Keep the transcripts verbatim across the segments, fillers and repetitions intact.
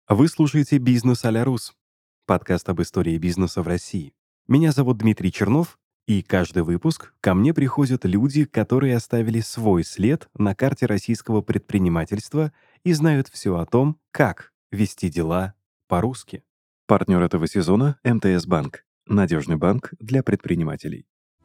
Вы слушаете «Бизнес а-ля Рус», подкаст об истории бизнеса в России. Меня зовут Дмитрий Чернов, и каждый выпуск ко мне приходят люди, которые оставили свой след на карте российского предпринимательства и знают все о том, как вести дела по-русски. Партнер этого сезона — эм тэ эс Банк. Надежный банк для предпринимателей.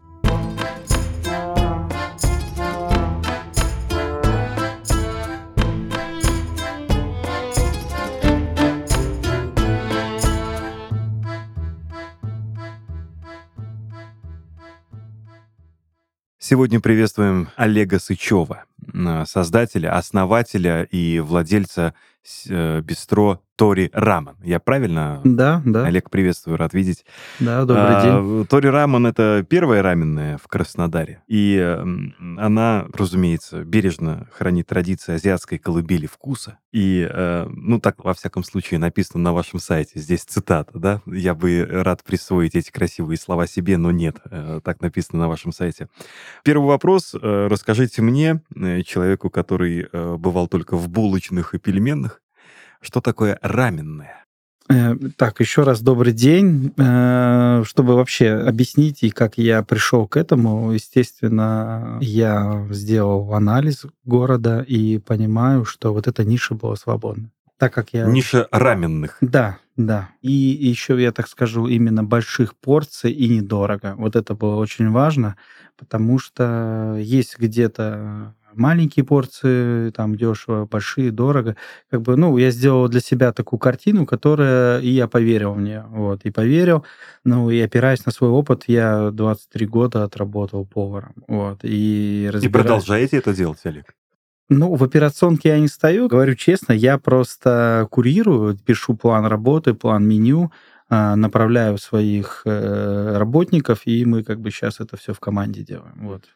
Сегодня приветствуем Олега Сычева, м, создателя, основателя и владельца с- э, бистро Тори Рамэн. Я правильно, Да, да, Олег, приветствую, рад видеть. да, добрый день. А, Тори Рамэн — это первая раменная в Краснодаре. И м, она, разумеется, бережно хранит традиции азиатской колыбели вкуса. И, э, ну, так, во всяком случае, написано на вашем сайте. Здесь цитата, да? Я бы рад присвоить эти красивые слова себе, но нет. э, Так написано на вашем сайте. Первый вопрос. э, Расскажите мне, э, человеку, который э, бывал только в булочных и пельменных, что такое раменное? Э, Так, еще раз добрый день. Э, Чтобы вообще объяснить, и как я пришел к этому, естественно, я сделал анализ города и понимаю, что вот эта ниша была свободна. Так как я... Ниша раменных. Да, да. И еще, я так скажу, именно больших порций и недорого. Вот это было очень важно, потому что есть где-то маленькие порции, там дешево, большие, дорого. Как бы, ну, я сделал для себя такую картину, которая... И я поверил в нее. Вот, и поверил. Ну, и опираясь на свой опыт, я двадцать три года отработал поваром. Вот, и И разбираюсь... продолжаете это делать, Олег? Ну, в операционке я не стою, говорю честно, я просто курирую, пишу план работы, план меню, а, направляю своих э, работников, и мы как бы сейчас это все в команде делаем. Вот.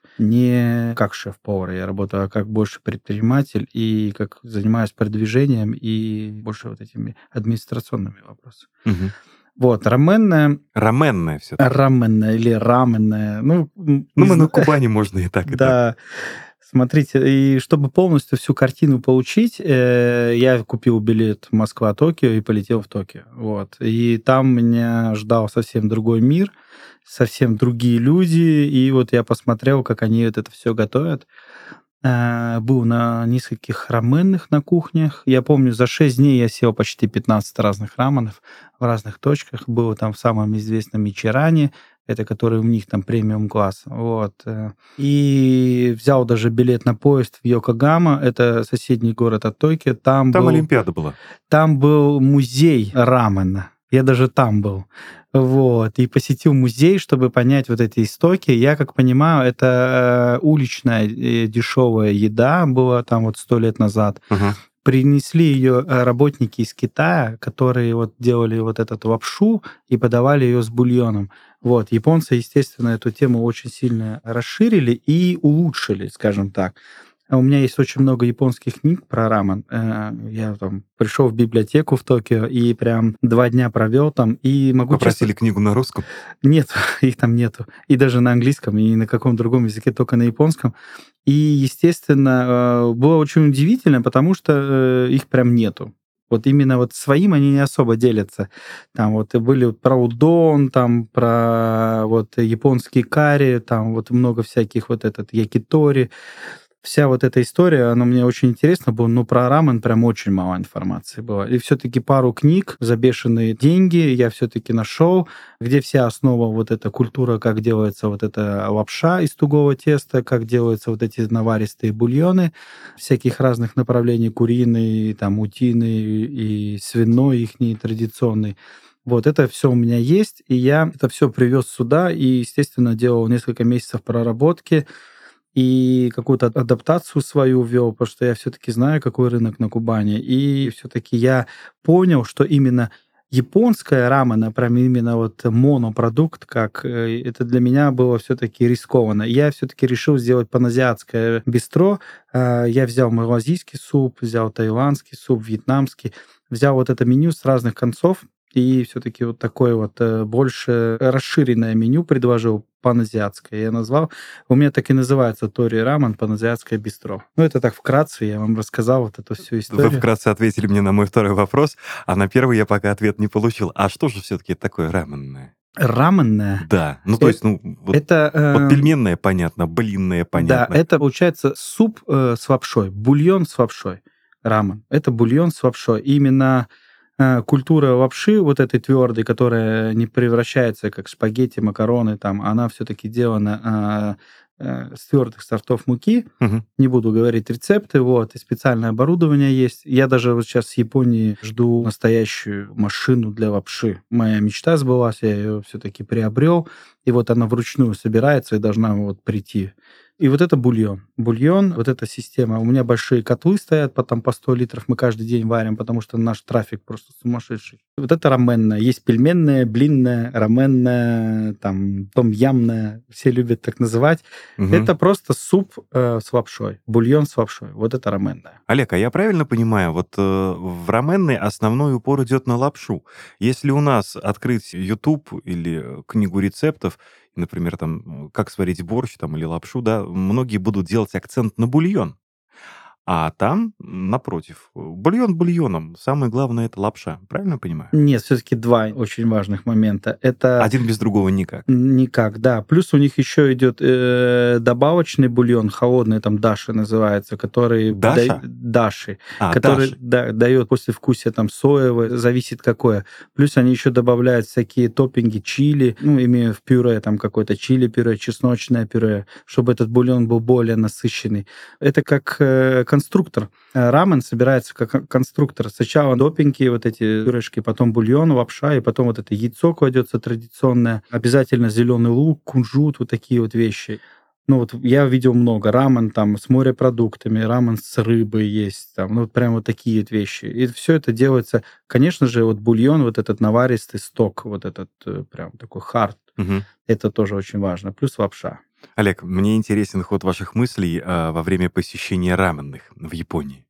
Не как шеф-повар я работаю, а как больше предприниматель, и как занимаюсь продвижением и больше вот этими администрационными вопросами. Мгм. Вот, раменная, Раменное все-таки. раменная или раменная, ну, м, Ну, не мы на знаю. Кубани можно и так, и так. Да, смотрите, и чтобы полностью всю картину получить, э, я купил билет Москва-Токио и полетел в Токио. Вот. И там меня ждал совсем другой мир, совсем другие люди. И вот я посмотрел, как они вот это все готовят. Э, Был на нескольких раменных на кухнях. Я помню, за шесть дней я сел почти пятнадцать разных раменов в разных точках. Был там в самом известном Ичиране, это который у них там премиум-класс. Вот. э. И взял даже билет на поезд в Йокогама, это соседний город от Токио. Там Там был, Олимпиада была. там был музей рамена. Я даже там был. Вот. И посетил музей, чтобы понять вот эти истоки. Я, как понимаю, это э, уличная э, дешевая еда была там вот сто лет назад. Ага. Принесли ее работники из Китая, которые вот делали вот эту лапшу и подавали ее с бульоном. Вот. Японцы, естественно, эту тему очень сильно расширили и улучшили, скажем так. А у меня есть очень много японских книг про рамен. Э, Я там пришел в библиотеку в Токио и прям два дня провел там. И могу честно... Попросили книгу на русском. Нет, их там нету. И даже на английском, и на каком другом языке, только на японском. И, естественно, э, было очень удивительно, потому что э, их прям нету. Вот именно вот своим они не особо делятся. Там вот и были про удон, там про вот японский карри, там вот много всяких вот этот якитори. Вся вот эта история, она мне очень интересна была, но про рамен прям очень мало информации было. И все-таки пару книг за бешеные деньги я все-таки нашел, где вся основа вот эта культура, как делается вот эта лапша из тугого теста, как делаются вот эти наваристые бульоны всяких разных направлений, куриный, там, утиный и свиной ихний традиционный. Вот это все у меня есть, и я это все привез сюда и, естественно, делал несколько месяцев проработки, и какую-то адаптацию свою ввел, потому что я все-таки знаю, какой рынок на Кубани. И все-таки я понял, что именно японская рамена, прям именно вот монопродукт, как э, это для меня было все-таки рискованно. Я все-таки решил сделать паназиатское бистро. Э, Я взял малазийский суп, взял таиландский суп, вьетнамский, взял вот это меню с разных концов, И все-таки вот такое вот э, больше расширенное меню предложил паназиатское. Я назвал. У меня так и называется Тори Рамен паназиатское бистро. Ну, это так вкратце, я вам рассказал вот эту всю Вы историю. вкратце ответили мне на мой второй вопрос, а на первый я пока ответ не получил. А что же все-таки такое раменное? Раменное. Да, ну то Э- есть, ну вот, Это, вот э, пельменное понятно, блинное да, понятно. это получается суп э, с лапшой, бульон с лапшой. Рамен. Это бульон с лапшой. Именно э, культура лапши, вот этой твердой, которая не превращается как спагетти, макароны, там, она все-таки делана э, э, с твердых сортов муки. Мгм. Не буду говорить рецепты, вот, и специальное оборудование есть. Я даже вот сейчас с Японии жду настоящую машину для лапши. Моя мечта сбылась, я ее все-таки приобрел, и вот она вручную собирается и должна вот прийти. И вот это бульон. Бульон, вот эта система. У меня большие котлы стоят, потом по сто литров мы каждый день варим, потому что наш трафик просто сумасшедший. Вот это раменное. Есть пельменное, блинное, раменное, там, том-ямное. Все любят так называть. Мгм. Это просто суп э, с лапшой, бульон с лапшой. Вот это раменное. Олег, а я правильно понимаю, вот э, в раменной основной упор идет на лапшу. Если у нас открыть YouTube или э, книгу рецептов, например, там, э, как сварить борщ там, или лапшу, да, многие будут делать акцент на бульон. А там, м, напротив, э, бульон бульоном. Самое главное — это лапша. Правильно я понимаю? Нет, все-таки два очень важных момента. Это Один без другого никак. никак, да. Плюс у них еще идет э, добавочный бульон, холодный, там даши называется, который Даша? да- даши, А, который Даши. да, дает послевкусие там соевое, зависит какое. Плюс они еще добавляют всякие топпинги чили, ну, имею в пюре, там какое-то чили-пюре, чесночное пюре, чтобы этот бульон был более насыщенный. Это как э, конструктор. Э, Рамен собирается как кон- конструктор. Сначала допинги, вот эти пюрешки, потом бульон, лапша, и потом вот это яйцо кладется традиционное. Обязательно зеленый лук, кунжут, вот такие вот вещи. Ну вот я видел много. Рамен там с морепродуктами, рамен с рыбой есть. Там, ну вот прям вот такие вот вещи. И все это делается, конечно же, вот бульон, вот этот наваристый сток, вот этот э, прям такой хард, Мгм. это тоже очень важно. Плюс лапша. Олег, мне интересен ход ваших мыслей а, во время посещения раменных в Японии.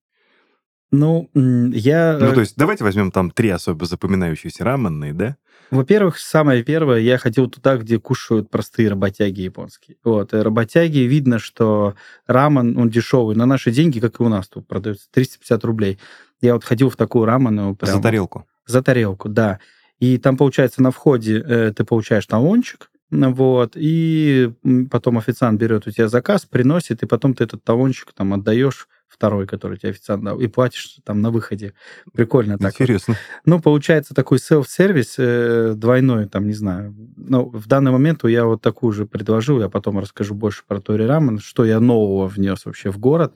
Ну, м, я Ну, э, то есть давайте возьмем там три особо запоминающиеся раменные, да? Во-первых, самое первое, я ходил туда, где кушают простые работяги японские. Вот, и работяги, видно, что рамен, он дешевый, на наши деньги, как и у нас тут продается, триста пятьдесят рублей. Я вот ходил в такую раменную За прям вот тарелку. за тарелку, да. И там, получается, на входе э, ты получаешь талончик, ну вот, и м, потом официант берет у тебя заказ, приносит, и потом ты этот талончик там отдаешь второй, который тебе официант дал, и платишь там на выходе. Прикольно так вот. Интересно. Ну, получается такой селф-сервис э, двойной, там, не знаю. Ну, в данный момент я вот такую же предложил, я потом расскажу больше про Тори Рамен, что я нового внес вообще в город.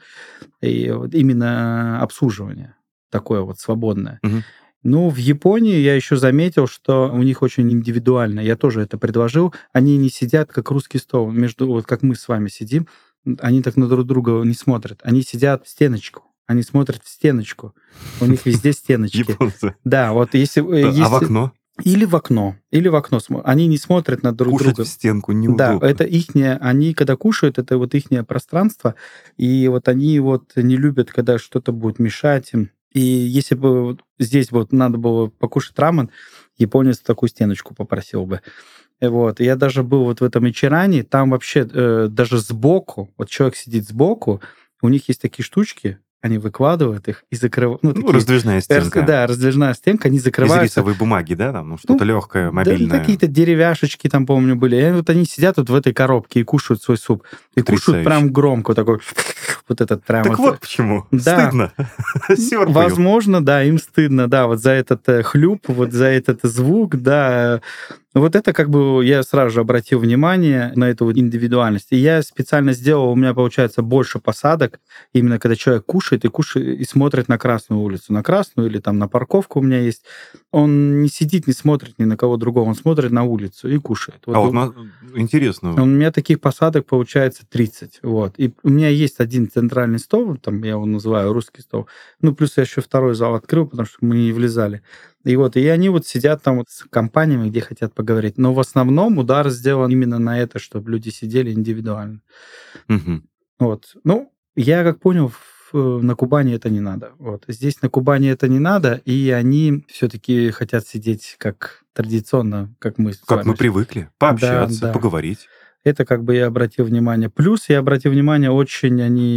И вот именно обслуживание такое вот свободное. Мгм. Ну, в Японии я еще заметил, что у них очень индивидуально. Я тоже это предложил. Они не сидят, как русский стол, между, вот как мы с вами сидим, они так на друг друга не смотрят. Они сидят в стеночку. Они смотрят в стеночку. У них везде стеночки. Японцы. Да, вот если... э, Да, А в если- окно? Или в окно. Или в окно. смо- Они не смотрят на друг Кушать друга. в стенку Да, неудобно. это ихнее, они когда кушают, это вот ихнее пространство, и вот они вот не любят, когда что-то будет мешать им. И если бы вот здесь вот надо было покушать рамен, японец такую стеночку попросил бы. Э, Вот. И я даже был вот в этом Ичиране, там вообще э, даже сбоку, вот человек сидит сбоку, у них есть такие штучки, они выкладывают их и закрывают. Ну, Ну, такие, раздвижная раз- стенка. да, раздвижная стенка, они Из закрываются. рисовой бумаги, да? Там, ну, что-то Ну, легкое, Да, мобильное. какие-то деревяшечки там, помню, были. И вот они сидят вот в этой коробке и кушают свой суп. И кушают Потрясающе. прям громко, такой вот этот прям Так вот. вот почему. Да. Стыдно. Сёрбают. Возможно, да, им стыдно, да, вот за этот э, хлюп, вот за этот звук, да. Вот это как бы я сразу же обратил внимание на эту вот индивидуальность. И я специально сделал, у меня получается больше посадок, именно когда человек кушает и кушает и смотрит на Красную улицу, на Красную или там на парковку у меня есть. Он не сидит, не смотрит ни на кого другого, он смотрит на улицу и кушает. А вот у- на- интересно. у меня таких посадок получается тридцать. Вот. И у меня есть один центральный стол, там я его называю русский стол. Ну, плюс я еще второй зал открыл, потому что мы не влезали. И вот, и они вот сидят там вот с компаниями, где хотят поговорить. Но в основном удар сделан именно на это, чтобы люди сидели индивидуально. Мгм. Вот. Ну, я как понял, в э, на Кубани это не надо. Вот. Здесь на Кубани это не надо, и они все-таки хотят сидеть как традиционно, как мы с Как вами. мы привыкли. Да, Пообщаться, да. поговорить. Это как бы я обратил внимание. Плюс я обратил внимание, очень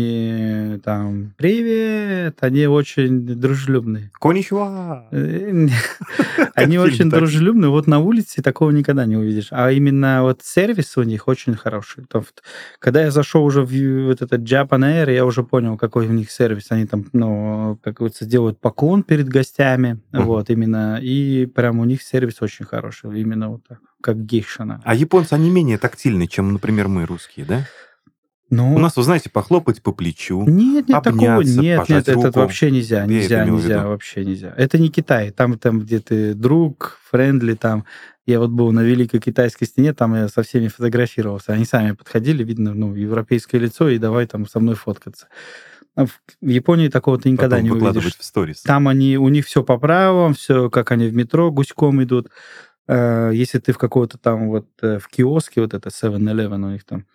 они там «Привет!», они очень дружелюбные. Коничева! Э, Как Они в очень фильме, так? дружелюбные. Вот на улице такого никогда не увидишь. А именно вот сервис у них очень хороший. То в- Когда я зашел уже в ю- вот этот Japan Air, я уже понял, какой у них сервис. Они там, ну, как говорится, делают поклон перед гостями. Мгм. Вот, именно. И прям у них сервис очень хороший. Именно вот так, как гейшана. А японцы, они менее тактильны, чем, например, мы, русские, да? У Ну, нас, вы знаете, похлопать по плечу, нет, нет, такого обняться, нет, нет, пожать это руку. вообще нельзя, Я это нельзя, имел в нельзя, виду. вообще нельзя. Это не Китай, там, там, где ты друг, френдли, там. Я вот был на Великой Китайской стене, там я со всеми фотографировался. Они сами подходили, видно, ну, европейское лицо, и давай там со мной фоткаться. А в в Японии такого ты никогда Потом не выкладывать увидишь. в сторис. Там они, у них все по правилам, все, как они в метро гуськом идут. Э, Если ты в какого-то там вот э, в киоске, вот это севен элевен у них там,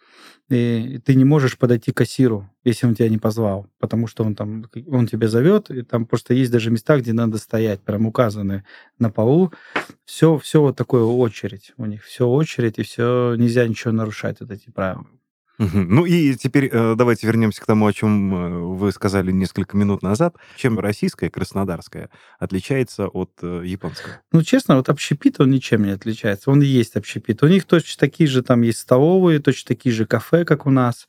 и ты не можешь подойти к кассиру, если он тебя не позвал, потому что он там, он тебя зовет, и там просто есть даже места, где надо стоять, прям указаны на полу. Все, все вот такое очередь у них, все очередь, и все, нельзя ничего нарушать, вот эти правила. Мгм. Ну и теперь э, давайте вернемся к тому, о чем э, вы сказали несколько минут назад. Чем российская, краснодарская отличается от э, японского? Ну, честно, вот общепит, он ничем не отличается. Он и есть общепит. У них точно такие же там есть столовые, точно такие же кафе, как у нас.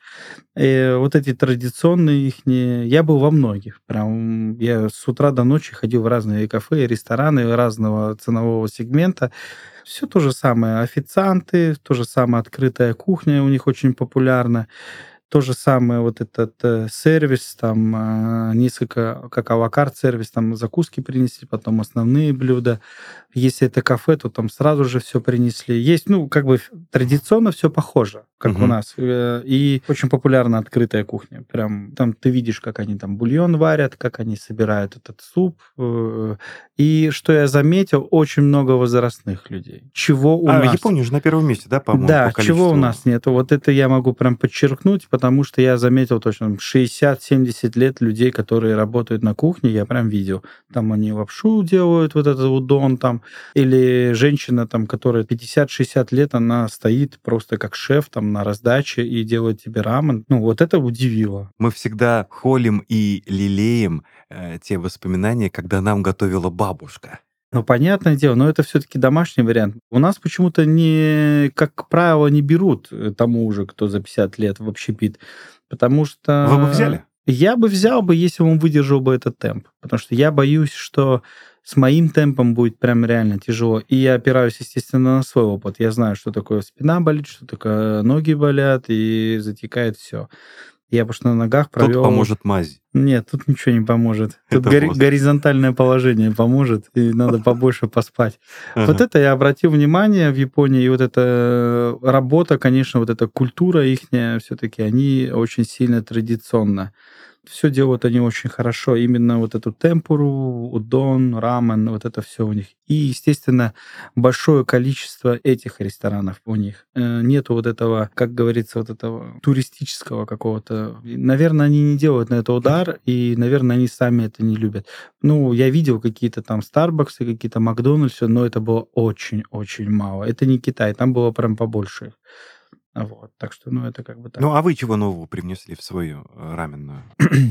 И вот эти традиционные их я был во многих. Прям я с утра до ночи ходил в разные кафе и рестораны разного ценового сегмента. Все то же самое. Официанты, то же самое открытая кухня у них очень популярна. То же самое вот этот э, сервис, там а, несколько, как алакарт сервис, там закуски принесли, потом основные блюда. Если это кафе, то там сразу же все принесли. Есть, ну, как бы ф- традиционно все похоже, как у Мгм. нас. Э, И очень популярна открытая кухня. Прям там ты видишь, как они там бульон варят, как они собирают этот суп. э, И что я заметил, очень много возрастных людей. Чего у А нас Япония же на первом месте, да, по-моему, по да, чего у количеству? нас нету? Вот это я могу прям подчеркнуть, потому что я заметил точно шестьдесят-семьдесят лет людей, которые работают на кухне, я прям видел. Там они лапшу делают, вот этот удон там, или женщина там, которая пятьдесят-шестьдесят лет, она стоит просто как шеф там на раздаче и делает тебе рамен. Ну, вот это удивило. Мы всегда холим и лелеем э, те воспоминания, когда нам готовила бабушка. Ну, понятное дело, но это все-таки домашний вариант. У нас почему-то не, как правило, не берут э, тому уже, кто за пятьдесят лет в общепит, потому Вы бы что взяли? я бы взял бы, если он выдержал бы этот темп, потому что я боюсь, что с моим темпом будет прям реально тяжело. И я опираюсь, естественно, на свой опыт. Я знаю, что такое спина болит, что такое ноги болят, и затекает все. Я потому что на ногах Тут провел... поможет мазь. Нет, тут ничего не поможет. Тут Это гори- воздух. горизонтальное положение поможет, и надо побольше поспать. Вот Ага. это я обратил внимание в Японии, и вот эта работа, конечно, вот эта культура ихняя, все-таки они очень сильно традиционно. Все делают они очень хорошо. Именно вот эту темпуру, удон, рамен, вот это все у них. И, естественно, большое количество этих ресторанов у них. Э, Нету вот этого, как говорится, вот этого туристического какого-то. И, наверное, они не делают на это удар, и, наверное, они сами это не любят. Ну, я видел какие-то там Старбаксы, какие-то Макдональдсы, но это было очень-очень мало. Это не Китай, там было прям побольше их. Вот. Так что, ну, это как бы так. Ну, а вы чего нового привнесли в свою э, раменную?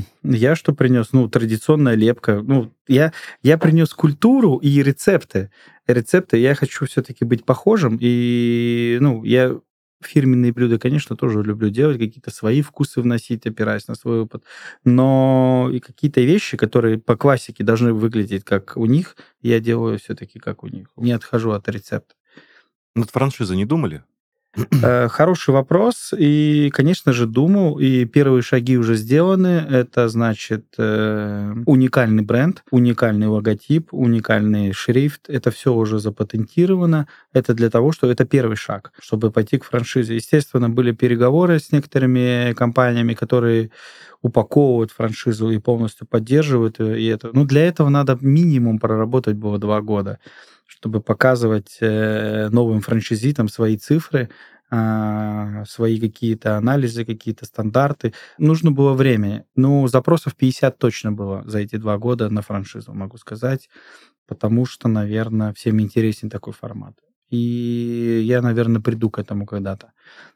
Я что принес? Ну, традиционная лепка. Ну, я, я принес культуру и рецепты. Рецепты я хочу все-таки быть похожим. И, ну, я фирменные блюда, конечно, тоже люблю делать, какие-то свои вкусы вносить, опираясь на свой опыт. Но и какие-то вещи, которые по классике должны выглядеть как у них, я делаю все-таки как у них. Не отхожу от рецепта. Над франшизой не думали? Э, Хороший вопрос. И, конечно же, думал, и первые шаги уже сделаны. Это значит э, уникальный бренд, уникальный логотип, уникальный шрифт. Это все уже запатентировано. Это для того, что это первый шаг, чтобы пойти к франшизе. Естественно, были переговоры с некоторыми компаниями, которые упаковывают франшизу и полностью поддерживают её, и это. Ну, для этого надо минимум проработать было два года, чтобы показывать э, новым франшизитам свои цифры, а, свои какие-то анализы, какие-то стандарты. Нужно было время. Ну, запросов пятьдесят точно было за эти два года на франшизу, могу сказать, потому что, наверное, всем интересен такой формат. И я, наверное, приду к этому когда-то.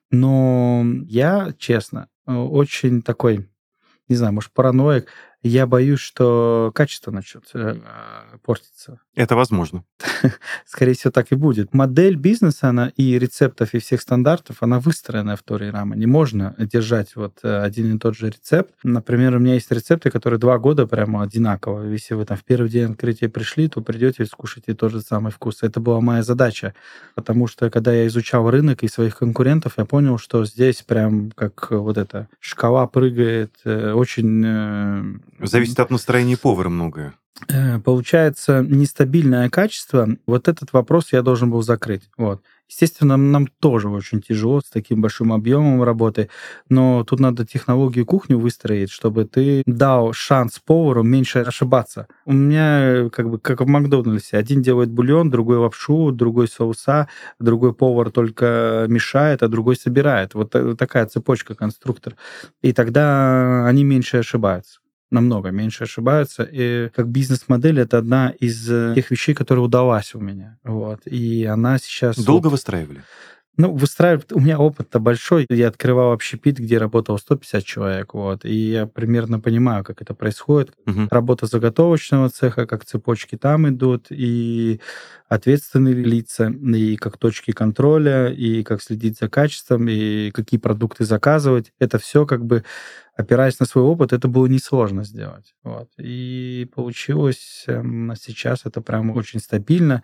Но я, честно, э, очень такой, не знаю, может, параноик. Я боюсь, что качество начнет э, портиться. Это возможно. Скорее всего, так и будет. Модель бизнеса, она и рецептов, и всех стандартов, она выстроена в Торе Рама. Не можно держать вот э, один и тот же рецепт. Например, у меня есть рецепты, которые два года прямо одинаковые. Если вы там в первый день открытия пришли, то придете и скушаете тот же самый вкус. Это была моя задача. Потому что, когда я изучал рынок и своих конкурентов, я понял, что здесь прям как вот эта шкала прыгает э, очень... э, Зависит от настроения повара многое. Э, Получается нестабильное качество. Вот этот вопрос я должен был закрыть. Вот. Естественно, нам тоже очень тяжело с таким большим объемом работы, но тут надо технологию кухню выстроить, чтобы ты дал шанс повару меньше ошибаться. У меня э, как бы как в Макдональдсе. Один делает бульон, другой лапшу, другой соуса, другой повар только мешает, а другой собирает. Вот та- такая цепочка, конструктор. И тогда они меньше ошибаются. Намного меньше ошибаются. И как бизнес-модель это одна из э, тех вещей, которая удалась у меня. Вот. И она сейчас Долго вот... выстраивали? Ну, выстраивать... У меня опыт-то большой. Я открывал общепит, где работало сто пятьдесят человек. Вот. И я примерно понимаю, как это происходит. Мгм. Работа заготовочного цеха, как цепочки там идут, и ответственные лица, и как точки контроля, и как следить за качеством, и какие продукты заказывать. Это все как бы, опираясь на свой опыт, это было несложно сделать. Вот. И получилось эм, сейчас это прям очень стабильно.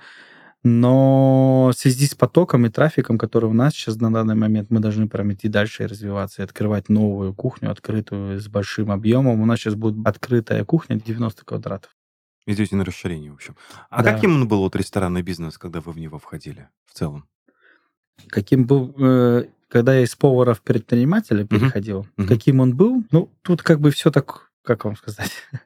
Но в связи с потоком и трафиком, который у нас сейчас на данный момент, мы должны прям идти дальше и развиваться, и открывать новую кухню, открытую, с большим объемом. У нас сейчас будет открытая кухня девяносто квадратов. Идете на расширение, в общем. А Да. каким он был, вот ресторанный бизнес, когда вы в него входили в целом? Каким был, э, когда я из повара в предпринимателя Мгм. переходил, Мгм. каким он был? Ну, тут как бы все так, как вам сказать,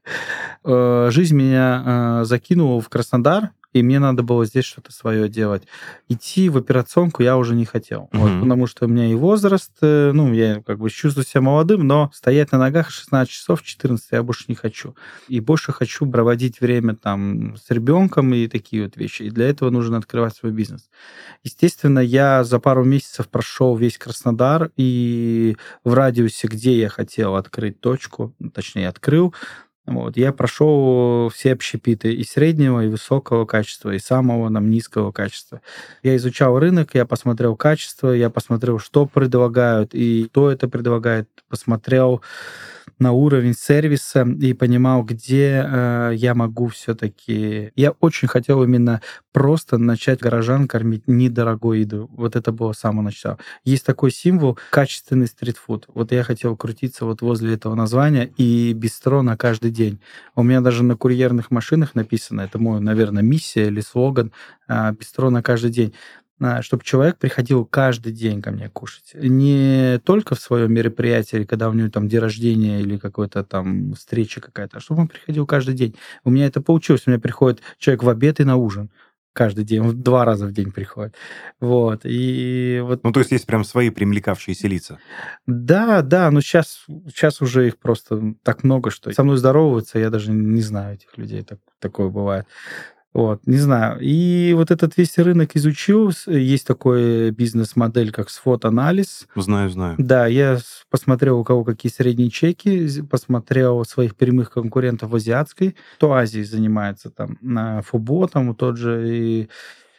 Э, жизнь меня э, закинула в Краснодар, и мне надо было здесь что-то свое делать. Идти в операционку я уже не хотел, вот, Мгм. потому что у меня и возраст, э, ну, я как бы чувствую себя молодым, но стоять на ногах шестнадцать часов, четырнадцать я больше не хочу. И больше хочу проводить время там с ребенком и такие вот вещи. И для этого нужно открывать свой бизнес. Естественно, я за пару месяцев прошел весь Краснодар, и в радиусе, где я хотел открыть точку, ну, точнее, открыл, вот, я прошел все общепиты и среднего, и высокого качества, и самого нам низкого качества. Я изучал рынок, я посмотрел качество, я посмотрел, что предлагают и кто это предлагает, посмотрел на уровень сервиса и понимал, где э, я могу все-таки... Я очень хотел именно просто начать горожан кормить недорогой едой. Вот это было с самого начала. Есть такой символ качественный стритфуд. Вот я хотел крутиться вот возле этого названия и бистро на каждый день. У меня даже на курьерных машинах написано, это мой, наверное, миссия или слоган, а, бистро на каждый день, чтобы человек приходил каждый день ко мне кушать. Не только в своем мероприятии, когда у него там день рождения или какой-то там встреча какая-то, а чтобы он приходил каждый день. У меня это получилось. У меня приходит человек в обед и на ужин каждый день. Он два раза в день приходит. Вот. И вот... Ну, то есть есть прям свои примлекавшиеся лица. Да, да, но сейчас, сейчас уже их просто так много, что со мной здороваются, я даже не знаю этих людей, так, такое бывает. Вот, не знаю. И вот этот весь рынок изучил. С- Есть такой бизнес-модель, как свот-анализ. Знаю, знаю. Да, я с- посмотрел, у кого какие средние чеки, з- посмотрел своих прямых конкурентов в азиатской, кто Азией занимается, там, на Фубо, там, вот тот же, и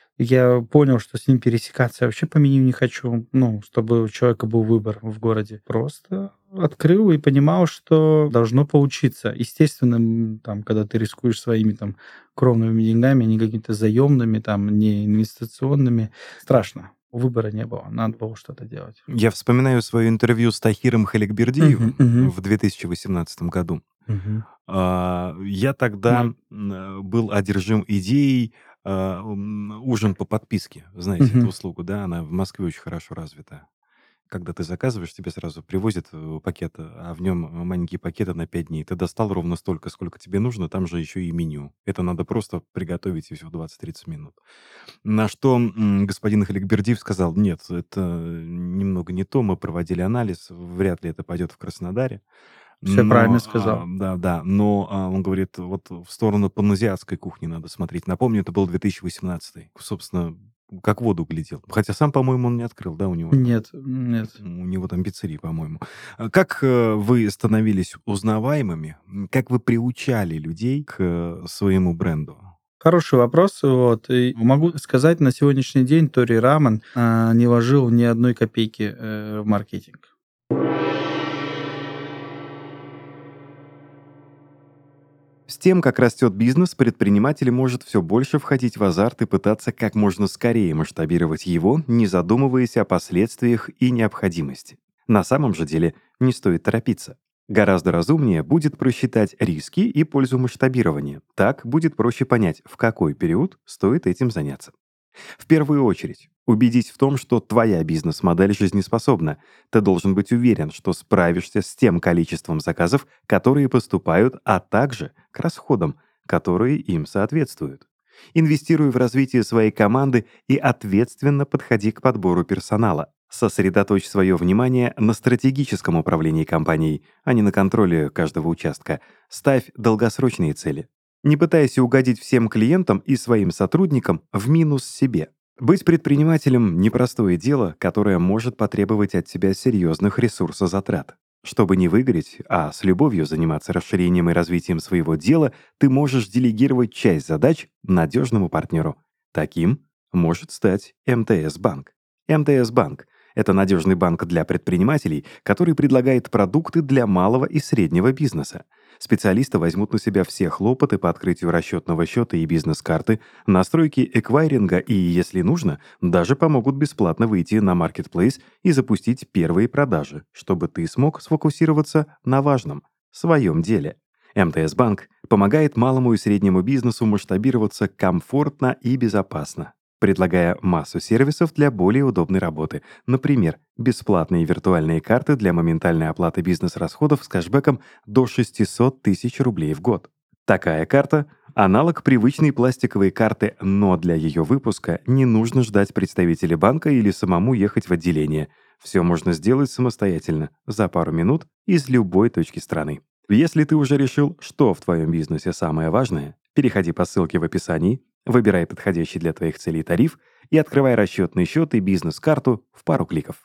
я понял, что с ним пересекаться я вообще по меню не хочу, ну, чтобы у человека был выбор в городе. Просто открыл и понимал, что должно получиться. Естественно, м, там, когда ты рискуешь своими там кровными деньгами, не какими-то заемными, там, не инвестиционными, страшно. Выбора не было, надо было что-то делать. Я вспоминаю свое интервью с Тахиром Мгм, Халикбердиевым мгм, в две тысячи восемнадцатом году. мгм. А, Я тогда Мой- м, э, был одержим идеей а, м, ужин по подписке. Знаете эту мгм. услугу, да? Она в Москве очень хорошо развита. Когда ты заказываешь, тебе сразу привозят э, пакет, а в нем маленькие пакеты на пять дней. Ты достал ровно столько, сколько тебе нужно, там же еще и меню. Это надо просто приготовить и всего двадцать-тридцать минут. На что м, господин Халикбердиев сказал: нет, это немного не то, мы проводили анализ, вряд ли это пойдет в Краснодаре. Все правильно Но, а, сказал. да, да, но а, он говорит, вот в сторону паназиатской кухни надо смотреть. Напомню, это был две тысячи восемнадцатый. Собственно, как в воду глядел. Хотя сам, по-моему, он не открыл, да, у него там? Нет, нет. У него там пиццерия, по-моему. А Как э, вы становились узнаваемыми? М, Как вы приучали людей к э, своему бренду? Хороший вопрос. Вот. И могу сказать, на сегодняшний день Тори Раман а, не вложил ни одной копейки э, в маркетинг. С тем, как растет бизнес, предприниматель может все больше входить в азарт и пытаться как можно скорее масштабировать его, не задумываясь о последствиях и необходимости. На самом же деле не стоит торопиться. Гораздо разумнее будет просчитать риски и пользу масштабирования. Так будет проще понять, в какой период стоит этим заняться. В первую очередь, убедись в том, что твоя бизнес-модель жизнеспособна. Ты должен быть уверен, что справишься с тем количеством заказов, которые поступают, а также к расходам, которые им соответствуют. Инвестируй в развитие своей команды и ответственно подходи к подбору персонала. Сосредоточь свое внимание на стратегическом управлении компанией, а не на контроле каждого участка. Ставь долгосрочные цели. Не пытайся угодить всем клиентам и своим сотрудникам в минус себе. Быть предпринимателем — непростое дело, которое может потребовать от тебя серьезных ресурсозатрат. Чтобы не выгореть, а с любовью заниматься расширением и развитием своего дела, ты можешь делегировать часть задач надежному партнеру. Таким может стать эм тэ эс-банк. эм тэ эс-банк — это надежный банк для предпринимателей, который предлагает продукты для малого и среднего бизнеса. Специалисты возьмут на себя все хлопоты по открытию расчетного счета и бизнес-карты, настройки эквайринга и, если нужно, даже помогут бесплатно выйти на маркетплейс и запустить первые продажи, чтобы ты смог сфокусироваться на важном — своем деле. эм тэ эс-банк помогает малому и среднему бизнесу масштабироваться комфортно и безопасно, предлагая массу сервисов для более удобной работы. Например, бесплатные виртуальные карты для моментальной оплаты бизнес-расходов с кэшбэком до шестьсот тысяч рублей в год. Такая карта — аналог привычной пластиковой карты, но для ее выпуска не нужно ждать представителя банка или самому ехать в отделение. Все можно сделать самостоятельно, за пару минут из любой точки страны. Если ты уже решил, что в твоем бизнесе самое важное, переходи по ссылке в описании, выбирай подходящий для твоих целей тариф и открывай расчетный счет и бизнес-карту в пару кликов.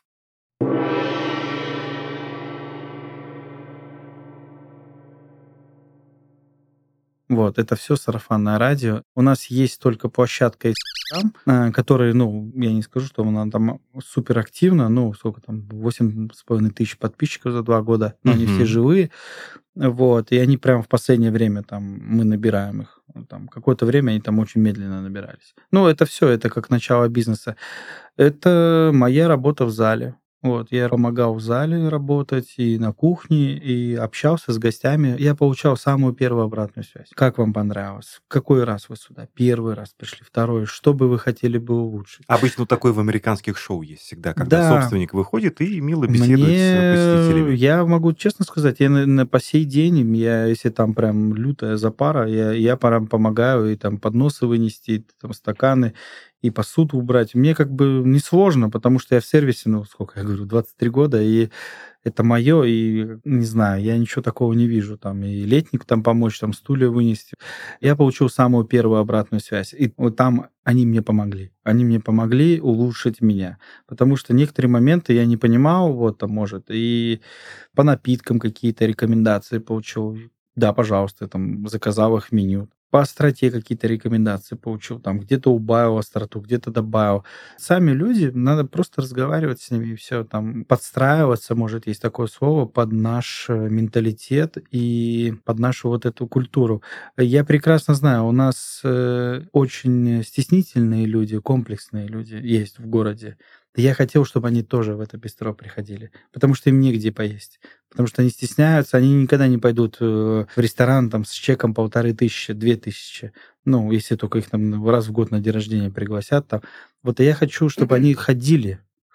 Вот, это все сарафанное радио. У нас есть только площадка Инстаграм, а, которая, ну, я не скажу, что она там супер активна, ну, сколько там, восемь с половиной тысяч подписчиков за два года, но они все Мгм. живые. Вот, и они прямо в последнее время там мы набираем их. Ну, там какое-то время они там очень медленно набирались. Ну, это все, это как начало бизнеса. Это моя работа в зале. Вот, я помогал в зале работать и на кухне, и общался с гостями. Я получал самую первую обратную связь. Как вам понравилось? Какой раз вы сюда? Первый раз пришли, второй. Что бы вы хотели бы улучшить? Обычно такое в американских шоу есть всегда, когда Да, собственник выходит и мило беседует с мне, посетителями. я могу честно сказать, я на, на- по сей день, я, если там прям лютая запара, я, я прям помогаю и там подносы вынести, и там стаканы, и посуду убрать. Мне как бы несложно, потому что я в сервисе, ну, сколько я говорю, двадцать три года, и это мое, и не знаю, я ничего такого не вижу. Там и летник там помочь, там стулья вынести. Я получил самую первую обратную связь. И вот там они мне помогли. Они мне помогли улучшить меня. Потому что некоторые моменты я не понимал, вот там, может, и по напиткам какие-то рекомендации получил. Да, пожалуйста, там заказал их в меню. По остроте какие-то рекомендации получил, там где-то убавил остроту, где-то добавил. Сами люди, надо просто разговаривать с ними и все, там подстраиваться, может, есть такое слово, под наш э, менталитет и под нашу вот эту культуру. Я прекрасно знаю, у нас э, очень стеснительные люди, комплексные люди есть в городе. Я хотел, чтобы они тоже в это бистро приходили, потому что им негде поесть. Потому что они стесняются, они никогда не пойдут э, в ресторан там с чеком полторы тысячи, две тысячи. Ну, если только их там раз в год на день рождения пригласят там. Вот и я хочу, чтобы они ходили,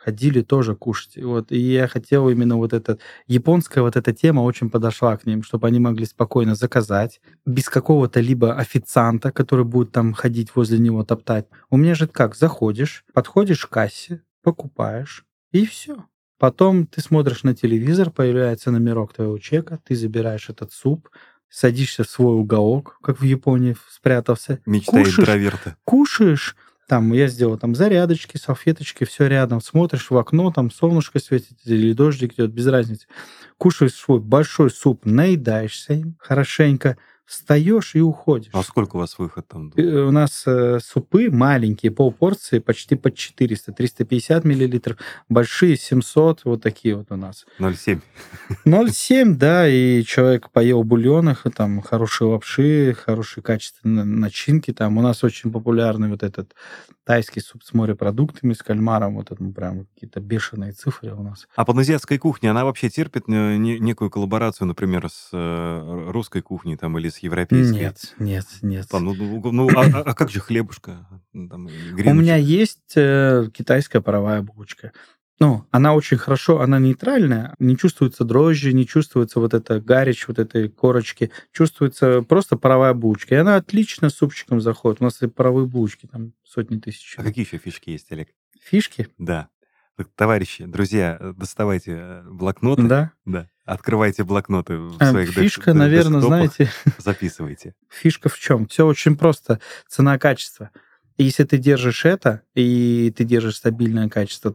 ходили тоже кушать. И вот, и я хотел именно вот этот... Японская вот эта тема очень подошла к ним, чтобы они могли спокойно заказать, без какого-то либо официанта, который будет там ходить возле него топтать. У меня же как? Заходишь, подходишь к кассе, покупаешь, и все. Потом ты смотришь на телевизор, появляется номерок твоего чека, ты забираешь этот суп, садишься в свой уголок, как в Японии спрятался, Мечта кушаешь, интроверта. кушаешь, там я сделал там зарядочки, салфеточки, все рядом, смотришь в окно, там солнышко светит или дождик идет, без разницы. Кушаешь свой большой суп, наедаешься им хорошенько, встаешь и уходишь. А сколько у вас выход там? Э, У нас э, супы маленькие, полпорции, почти под четыреста, триста пятьдесят миллилитров, большие семьсот, вот такие вот у нас. ноль семь. ноль семь, да, и человек поел бульонах, и там хорошие лапши, хорошие качественные начинки. Там у нас очень популярный вот этот тайский суп с морепродуктами, с кальмаром. Вот это прям какие-то бешеные цифры у нас. А паназиатская кухня, она вообще терпит э, не- некую коллаборацию, например, с э, русской кухней там или с европейской? Нет, нет, нет. Там, ну, ну, ну, а, а- а как же хлебушка? Ну, там, и У меня греночек? есть э, китайская паровая булочка. Ну, она очень хорошо, она нейтральная, не чувствуется дрожжи, не чувствуется вот эта гаречь, вот этой корочки, чувствуется просто паровая булочка. И она отлично с супчиком заходит. У нас и паровые булочки там сотни тысяч. А какие еще фишки есть, Олег? Фишки? Да. Так, товарищи, друзья, э, доставайте э, блокноты. Да. Да. Открывайте блокноты в Э, своих дек- Фишка, де- наверное, десктопах, знаете, записывайте. фишка в чем? Все очень просто. Цена-качество. И если ты держишь это, и ты держишь стабильное качество,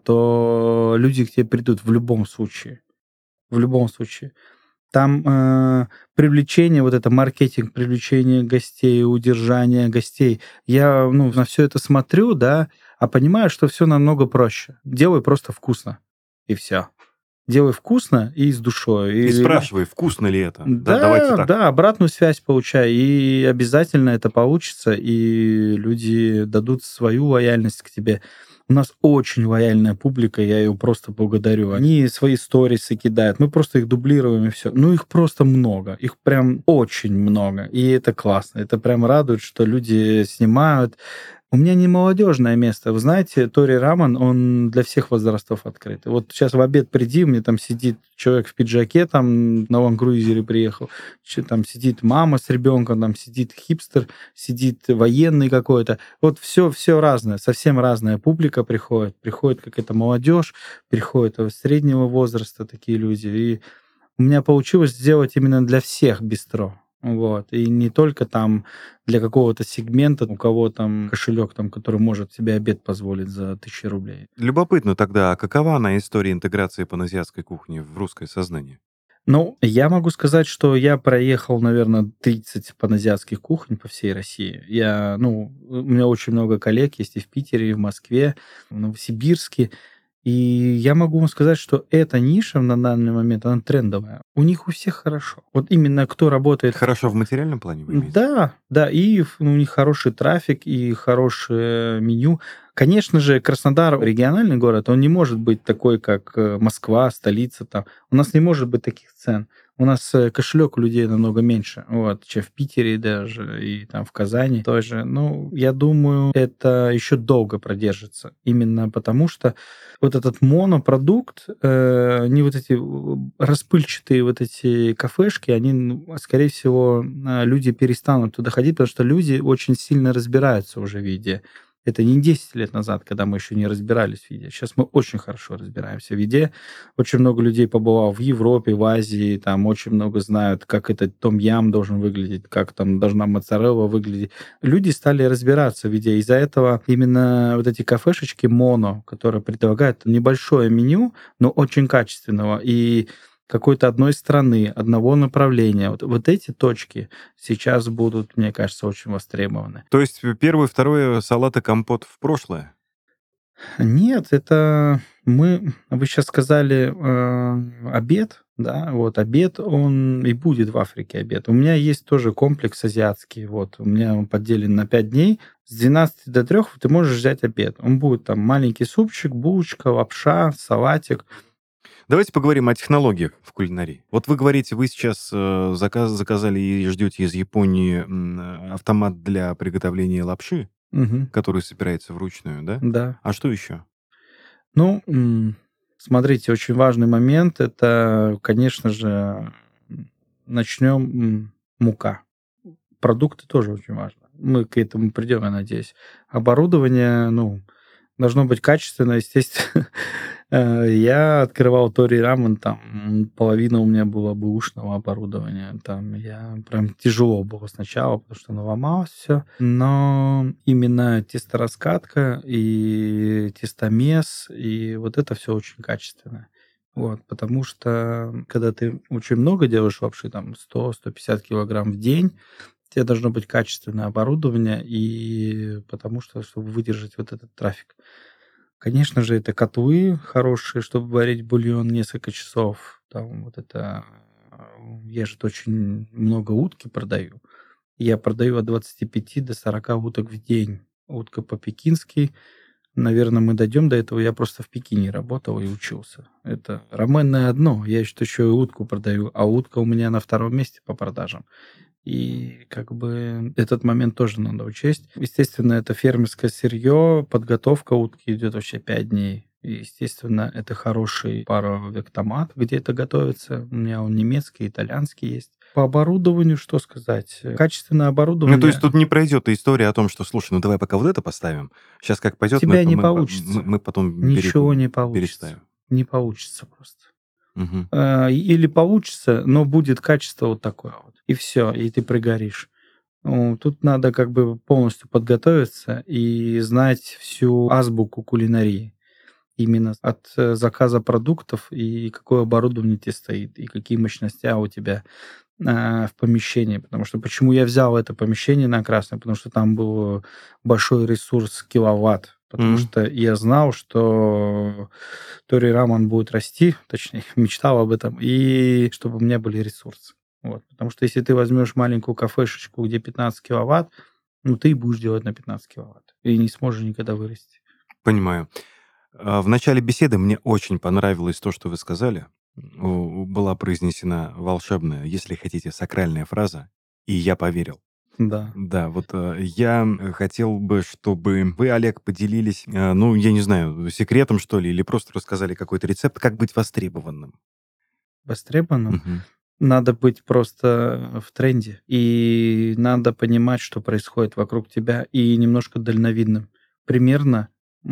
то люди к тебе придут в любом случае. В любом случае. Там э, привлечение, вот это маркетинг, привлечение гостей, удержание гостей. Я ну, на все это смотрю, да, а понимаю, что все намного проще. Делай просто вкусно. И все. Делай вкусно и с душой. И И спрашивай, вкусно ли это. Да, да, давайте так. да, обратную связь получай, и обязательно это получится, и люди дадут свою лояльность к тебе. У нас очень лояльная публика, я ее просто благодарю. Они свои сторисы кидают, мы просто их дублируем и все. Ну, их просто много, их прям очень много, и это классно. Это прям радует, что люди снимают. У меня не молодежное место. Вы знаете, Тори Раман, он для всех возрастов открыт. Вот сейчас в обед приди, мне там сидит человек в пиджаке, там на лангкруизере приехал, Че- там сидит мама с ребенком, там сидит хипстер, сидит военный какой-то. Вот все, все разное, совсем разная публика приходит. Приходит какая-то молодежь, приходит э, среднего возраста такие люди. И у меня получилось сделать именно для всех бистро. Вот. И не только там для какого-то сегмента, у кого там кошелек, там, который может себе обед позволить за тысячи рублей. Любопытно тогда, а какова она история интеграции паназиатской кухни в русское сознание? Ну, я могу сказать, что я проехал, наверное, тридцать паназиатских кухонь по всей России. Я, ну, у меня очень много коллег есть и в Питере, и в Москве, в Новосибирске. И я могу вам сказать, что эта ниша на данный момент, она трендовая. У них у всех хорошо. Вот именно кто работает... Хорошо в материальном плане вы имеете? Да, да, и в- у них хороший трафик, и хорошее меню. Конечно же, Краснодар региональный город, он не может быть такой, как э, Москва, столица там. У нас не может быть таких цен. У нас э, кошелек у людей намного меньше, вот, чем в Питере даже и там в Казани тоже. Ну, я думаю, это еще долго продержится. Именно потому что вот этот монопродукт, э, не вот эти э, распыльчатые вот эти кафешки, они, ну, скорее всего, э, люди перестанут туда ходить, потому что люди очень сильно разбираются уже в еде. Это не десять лет назад, когда мы еще не разбирались в еде. Сейчас мы очень хорошо разбираемся в еде. Очень много людей побывало в Европе, в Азии, там очень много знают, как этот том-ям должен выглядеть, как там должна моцарелла выглядеть. Люди стали разбираться в еде. Из-за этого именно вот эти кафешечки моно, которые предлагают небольшое меню, но очень качественного, и какой-то одной страны, одного направления. Вот, вот эти точки сейчас будут, мне кажется, очень востребованы. То есть э, первое, второе, салат и компот в прошлое? Нет, это мы... Вы сейчас сказали э, обед, да, вот обед, он и будет в Африке обед. У меня есть тоже комплекс азиатский, вот, у меня он поделен на пять дней. С двенадцати до трех ты можешь взять обед. Он будет там маленький супчик, булочка, лапша, салатик. Давайте поговорим о технологиях в кулинарии. Вот вы говорите, вы сейчас э, заказ, заказали и ждете из Японии м, э, автомат для приготовления лапши, Мгм. который собирается вручную, да? Да. А что еще? Ну, м, смотрите, очень важный момент- это, конечно же, начнем, м, мука. Продукты тоже очень важно. Мы к этому придем, я надеюсь. Оборудование, ну, должно быть качественно, естественно. Э, я открывал Тори Ramen, там м, половина у меня было бэушного оборудования. Там я прям тяжело было сначала, потому что наломалось все. Но именно тестораскатка и тестомес, и вот это все очень качественно. Вот, потому что, когда ты очень много делаешь лапши, там сто сто пятьдесят килограмм в день, тебе должно быть качественное оборудование, и потому что, чтобы выдержать вот этот трафик. Конечно же, это котлы хорошие, чтобы варить бульон несколько часов. Там вот это... а, Я же очень много утки продаю. Я продаю от двадцати пяти до сорока уток в день. Утка по-пекински. Наверное, мы дойдем до этого. Я просто в Пекине работал и учился. Это раменное одно. Я еще еще и утку продаю, а утка у меня на втором месте по продажам. И как бы этот момент тоже надо учесть. Естественно, это фермерское сырье, подготовка утки идет вообще пять дней. И, естественно, это хороший паровик томат, где это готовится. У меня он немецкий, итальянский есть. По оборудованию, что сказать? Качественное Ну, то есть оборудование тут не пройдет история о том, что, слушай, ну давай пока вот это поставим. Сейчас как у пойдет, мы, тебя не мы, мы, получится. мы потом пере- Ничего не получится. переставим. Не получится просто. Мгм. А, Или получится, но будет качество вот такое вот. И все, и ты пригоришь. Ну, тут надо как бы полностью подготовиться и знать всю азбуку кулинарии. Именно от э, заказа продуктов и какое оборудование тебе стоит, и какие мощности у тебя а, в помещении. Потому что почему я взял это помещение на Красной? Потому что там был большой ресурс киловатт. Потому Мгм. что я знал, что Тори Раман будет расти, точнее, мечтал об этом, и чтобы у меня были ресурсы. Вот. Потому что если ты возьмешь маленькую кафешечку, где пятнадцать киловатт, ну, ты и будешь делать на пятнадцать киловатт. И не сможешь никогда вырасти. Понимаю. А, В начале беседы мне очень понравилось то, что вы сказали. У- Была произнесена волшебная, если хотите, сакральная фраза, и я поверил. Да. Да, вот э, я э, хотел бы, чтобы вы, Олег, поделились, э, ну, я не знаю, секретом, что ли, или просто рассказали какой-то рецепт, как быть востребованным. Востребованным. Мгм. Надо быть просто в тренде. И надо понимать, что происходит вокруг тебя, и немножко дальновидным. Примерно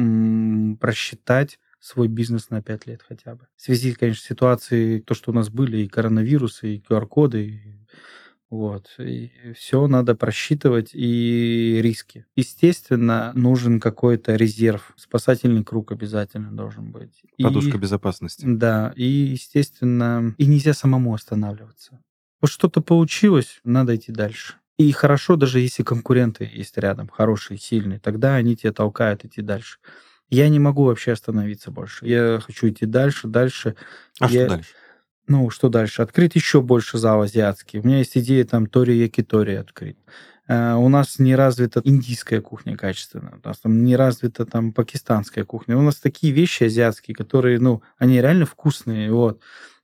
м, просчитать свой бизнес на пять лет хотя бы. В связи, конечно, с ситуацией, то, что у нас были, и коронавирусы, и Q R-коды, и вот. И все надо просчитывать, и риски. Естественно, нужен какой-то резерв. Спасательный круг обязательно должен быть. И Подушка безопасности. да, и, естественно, и нельзя самому останавливаться. Вот что-то получилось, надо идти дальше. И хорошо, даже если конкуренты есть рядом, хорошие, сильные, тогда они тебя толкают идти дальше. Я не могу вообще остановиться больше. Я хочу идти дальше, дальше. А что Я, дальше? ну, что дальше? Открыть еще больше зал азиатский. У меня есть идея там Тори Якитори открыть. Э, У нас не развита индийская кухня качественная, у нас там не развита там пакистанская кухня. У нас такие вещи азиатские, которые, ну, они реально вкусные, вот.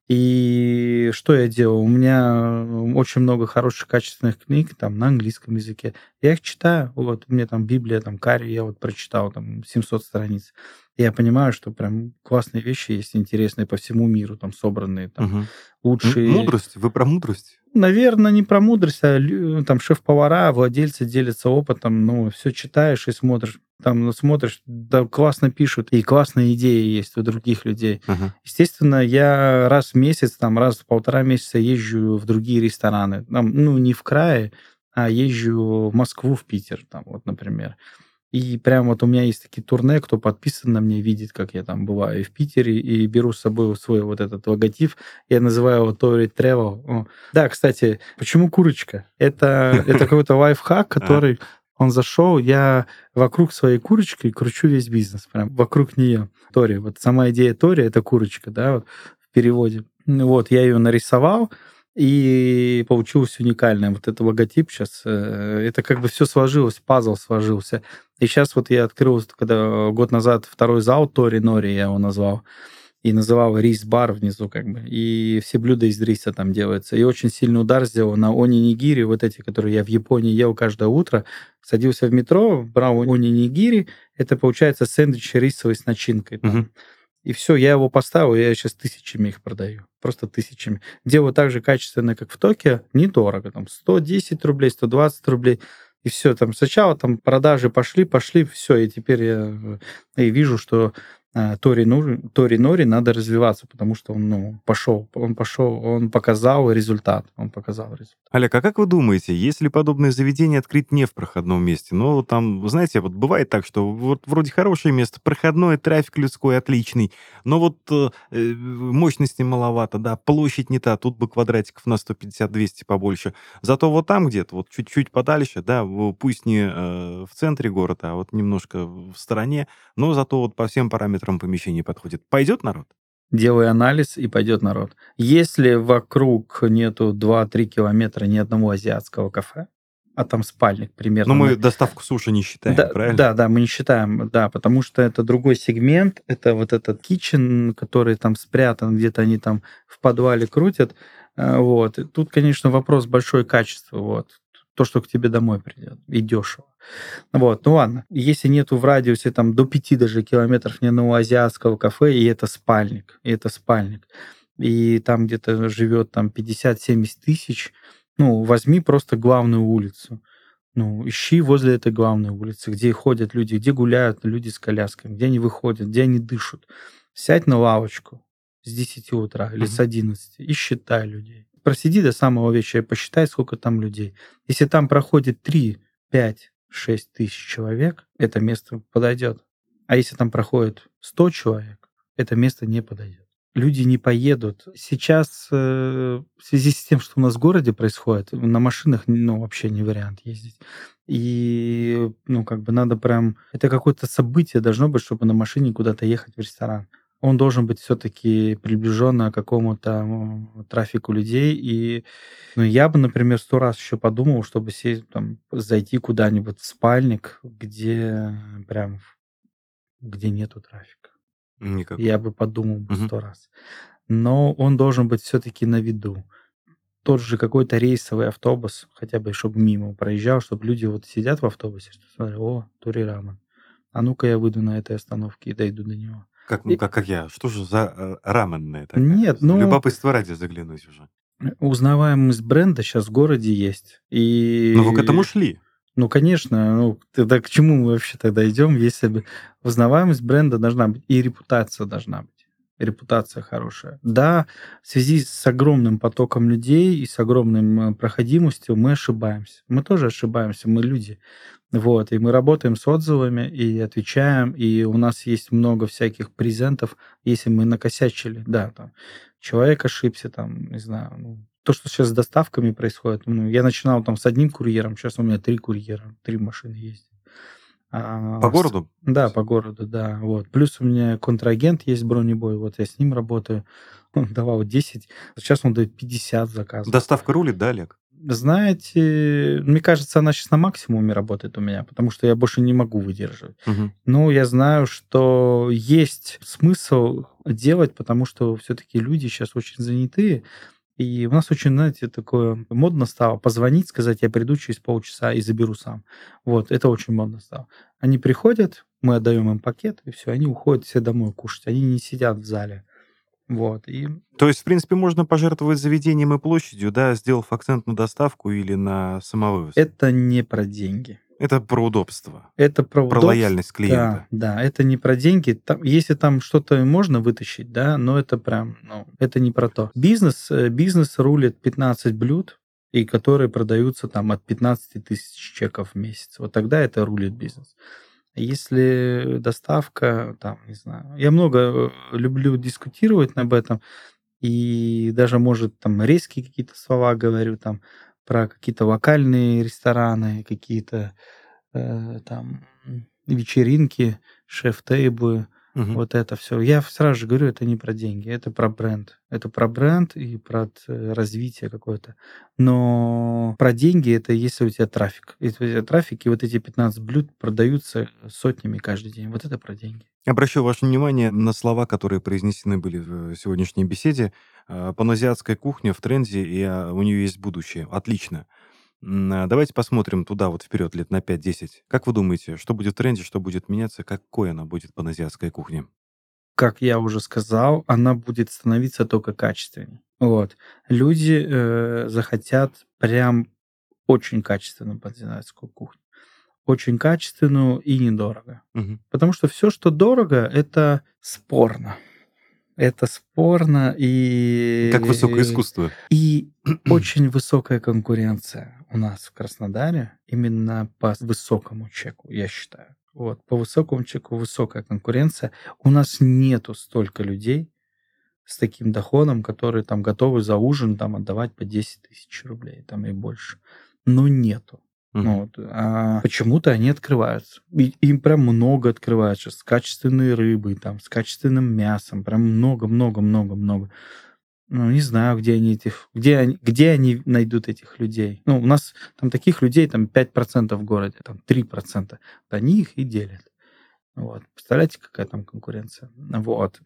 И что я делал? У меня очень много хороших качественных книг там на английском языке. Я их читаю, вот. У меня там Библия, там Карри, я вот прочитал там семьсот страниц. Я понимаю, что прям классные вещи есть, интересные по всему миру, там собранные, там Мгм. М- лучшие. Мудрость? Вы про мудрость? Наверное, не про мудрость, а лю там шеф-повара, владельцы делятся опытом. Ну, все читаешь и смотришь. Там, ну, смотришь, да, классно пишут, и классные идеи есть у других людей. Ага. Естественно, я раз в месяц, там, раз в полтора месяца езжу в другие рестораны. Там, ну, не в крае, а езжу в Москву, в Питер, там, вот, например. И прям вот у меня есть такие турне, кто подписан на меня, видит, как я там бываю и в Питере, и беру с собой вот свой вот этот логотип. Я называю его Tory Travel. О. Да, кстати, почему курочка? Это, это какой-то лайфхак, А, который он зашел, я вокруг своей курочки кручу весь бизнес, прям вокруг нее. Тори. Вот сама идея Тори — это курочка, да, вот в переводе. Ну вот, я ее нарисовал, и получилось уникальное. Вот этот логотип сейчас, это как бы все сложилось, пазл сложился. И сейчас вот я открыл, когда год назад второй зал Тори Нори, я его назвал. и называл рис-бар внизу как бы. И все блюда из риса там делаются. И очень сильный удар сделал на они-нигири, вот эти, которые я в Японии ел каждое утро. Садился в метро, брал они-нигири. Это, получается, сэндвич рисовый с начинкой там. Мгм. И все, я его поставил, и я сейчас тысячами их продаю. Просто тысячами. Делаю так же качественно, как в Токио, недорого. Там сто десять рублей, сто двадцать рублей. И все, там сначала там продажи пошли, пошли, все, и теперь я э, и вижу, что э, Тори Нори, Тори Нори надо развиваться, потому что он, ну, пошел, он пошел, он показал результат, он показал результат. Олег, а как вы думаете, если подобное заведение открыть не в проходном месте? Ну, вот там, знаете, вот бывает так, что вот вроде хорошее место, проходной, трафик людской отличный, но вот э, э, мощности маловато, да, площадь не та, тут бы квадратиков на сто пятьдесят двести побольше. Зато вот там где-то, вот чуть-чуть подальше, да, в- пусть не э, в центре города, а вот немножко в стороне, но зато вот по всем параметрам помещения подходит. Пойдет народ? Делай анализ, и пойдет народ. Если вокруг нету два-три километра ни одного азиатского кафе, а там спальник Но примерно мы на доставку суши не считаем, Да, правильно? да, да, мы не считаем, да, потому что это другой сегмент, это вот этот kitchen, который там спрятан, где-то они там в подвале крутят. Э, Вот. И тут, конечно, вопрос большое качество, вот. То, что к тебе домой придет, и дешево. Вот, ну ладно. Если нету в радиусе там до пяти даже километров ни одного азиатского кафе, и это спальник, и это спальник, и там где-то живет там пятьдесят-семьдесят тысяч, ну, возьми просто главную улицу. Ну, ищи возле этой главной улицы, где ходят люди, где гуляют люди с колясками, где они выходят, где они дышат. Сядь на лавочку с десяти утра или с Мгм. одиннадцати и считай людей. Просиди до самого вечера и посчитай, сколько там людей. Если там проходит три, пять, шесть тысяч человек, это место подойдет. А если там проходит сто человек, это место не подойдет. Люди не поедут. Сейчас, э, в связи с тем, что у нас в городе происходит, на машинах, ну, вообще не вариант ездить. И, ну, как бы надо прям... Это какое-то событие должно быть, чтобы на машине куда-то ехать в ресторан. Он должен быть все-таки приближенно к какому-то м, трафику людей. И, ну, я бы, например, сто раз еще подумал, чтобы сесть, там, зайти куда-нибудь в спальник, где прям, где нету трафика. Я Никакого. бы подумал бы Мгм. сто раз. Но он должен быть все-таки на виду. Тот же какой-то рейсовый автобус, хотя бы чтобы мимо проезжал, чтобы люди вот сидят в автобусе, что смотрят, о, Тори Раман. А ну-ка я выйду на этой остановке и дойду до него. Как, ну, И- как, как я? Что же за э, раменная такая? нет, ну, Любопытство ради заглянуть уже. узнаваемость бренда сейчас в городе есть. Ну, вы к этому И, шли. ну, конечно, ну, тогда к чему мы вообще тогда идем, если бы узнаваемость бренда должна быть и репутация должна быть. Репутация хорошая. Да, в связи с огромным потоком людей и с огромным э, проходимостью мы ошибаемся. Мы тоже ошибаемся, мы люди. Вот, и мы работаем с отзывами и отвечаем, и у нас есть много всяких презентов, если мы накосячили, да, там, человек ошибся, там, не знаю, ну, то, что сейчас с доставками происходит, ну, я начинал там с одним курьером, сейчас у меня три курьера, три машины ездят. По А, с- городу? да, по городу, да, вот. Плюс у меня контрагент есть бронебой, вот я с ним работаю, он давал десять, сейчас он дает пятьдесят заказов. Доставка рулит, да, Олег? Знаете, мне кажется, она сейчас на максимуме работает у меня, потому что я больше не могу выдерживать. Мгм. Ну, я знаю, что есть смысл делать, потому что все-таки люди сейчас очень занятые. И у нас очень, знаете, такое модно стало позвонить, сказать, я приду через полчаса и заберу сам. Вот, это очень модно стало. Они приходят, мы отдаем им пакет, и все, они уходят все домой кушать. Они не сидят в зале. Вот, и То есть, в принципе, можно пожертвовать заведением и площадью, да, сделав акцент на доставку или на самовывоз. это не про деньги. Это про удобство, Это про про удобство. лояльность Да, клиента. да, это не про деньги. Там, если там что-то можно вытащить, да, но это прям, ну, это не про то. Бизнес, э, бизнес рулит пятнадцать блюд, и которые продаются там от пятнадцати тысяч чеков в месяц. Вот тогда это рулит бизнес. Если доставка, там, не знаю, я много э, люблю дискутировать об этом, и даже, может, там резкие какие-то слова говорю, там, про какие-то локальные рестораны, какие-то э, там м, вечеринки, шеф-тейблы. Мгм. Вот это все. Я сразу же говорю, это не про деньги, это про бренд. Это про бренд и про т развитие какое-то. Но про деньги — это если у тебя трафик. Если у тебя трафик, и вот эти пятнадцать блюд продаются сотнями каждый день. Вот это про деньги. Обращу ваше внимание на слова, которые произнесены были в сегодняшней беседе. А, Паназиатская кухня в тренде, и а, у нее есть будущее. Отлично. М, а, Давайте посмотрим туда вот вперед, лет на пять-десять. Как вы думаете, что будет в тренде, что будет меняться, какой она будет паназиатская кухня? Как я уже сказал, она будет становиться только качественней. Вот. Люди, э, захотят прям очень качественную паназиатскую кухню. Очень качественную и недорого. Мгм. Потому что все, что дорого — это спорно. Это спорно Как высокое и искусство. и очень высокая конкуренция у нас в Краснодаре именно по высокому чеку, я считаю. Вот. По высокому чеку высокая конкуренция. У нас нету столько людей с таким доходом, которые там готовы за ужин там отдавать по десять тысяч рублей там и больше. Но нету. Мгм. Ну вот, а почему-то они открываются. И им прям много открываются с качественной рыбой, там, с качественным мясом. Прям много-много-много-много. Ну, не знаю, где они этих, где они, где они найдут этих людей. Ну, у нас там таких людей там пять процентов в городе, там три процента. Вот они их и делят. Вот. Представляете, какая там конкуренция? Вот.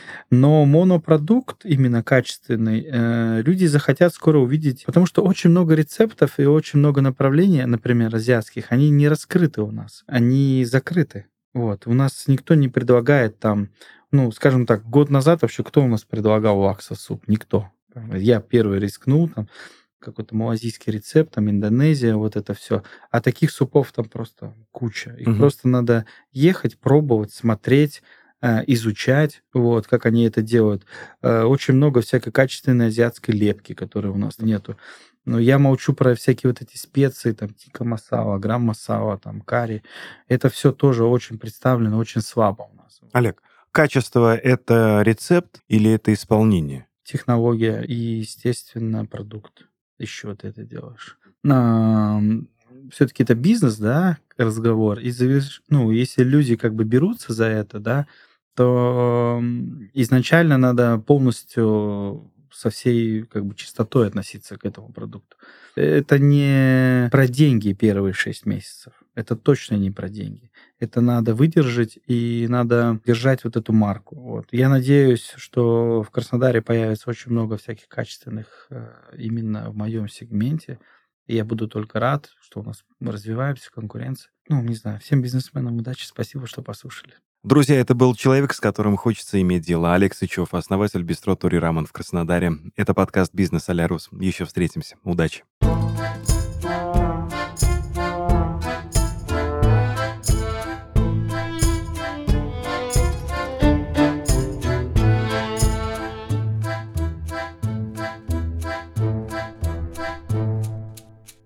Но монопродукт, именно качественный, э, люди захотят скоро увидеть, потому что очень много рецептов и очень много направлений, например, азиатских, они не раскрыты у нас, они закрыты. Вот. У нас никто не предлагает там, ну, скажем так, год назад вообще кто у нас предлагал лакса-суп? Никто. Я первый рискнул, там, какой-то малазийский рецепт, там, Индонезия, вот это все. А таких супов там просто куча. Их Мгм. просто надо ехать, пробовать, смотреть, э, изучать, вот, как они это делают. Э, Очень много всякой качественной азиатской лепки, которой у нас нету. Но я молчу про всякие вот эти специи, там, тика масала, грамм масала, там, карри. Это все тоже очень представлено, очень слабо у нас. Олег, качество — это рецепт или это исполнение? Технология и, естественно, продукт. Еще ты это делаешь. Все-таки это бизнес, да, разговор. И завиш- ну, если люди как бы берутся за это, да, то м, изначально надо полностью со всей как бы чистотой относиться к этому продукту. Это не про деньги первые шесть месяцев. Это точно не про деньги. Это надо выдержать, и надо держать вот эту марку. Вот. Я надеюсь, что в Краснодаре появится очень много всяких качественных э, именно в моем сегменте. И я буду только рад, что у нас мы развиваемся, конкуренция. Ну, не знаю, всем бизнесменам удачи, спасибо, что послушали. Друзья, это был человек, с которым хочется иметь дело. Олег Сычев, основатель бистро Тори Рамон в Краснодаре. Это подкаст «Бизнес а-ля Рус». Еще встретимся. Удачи.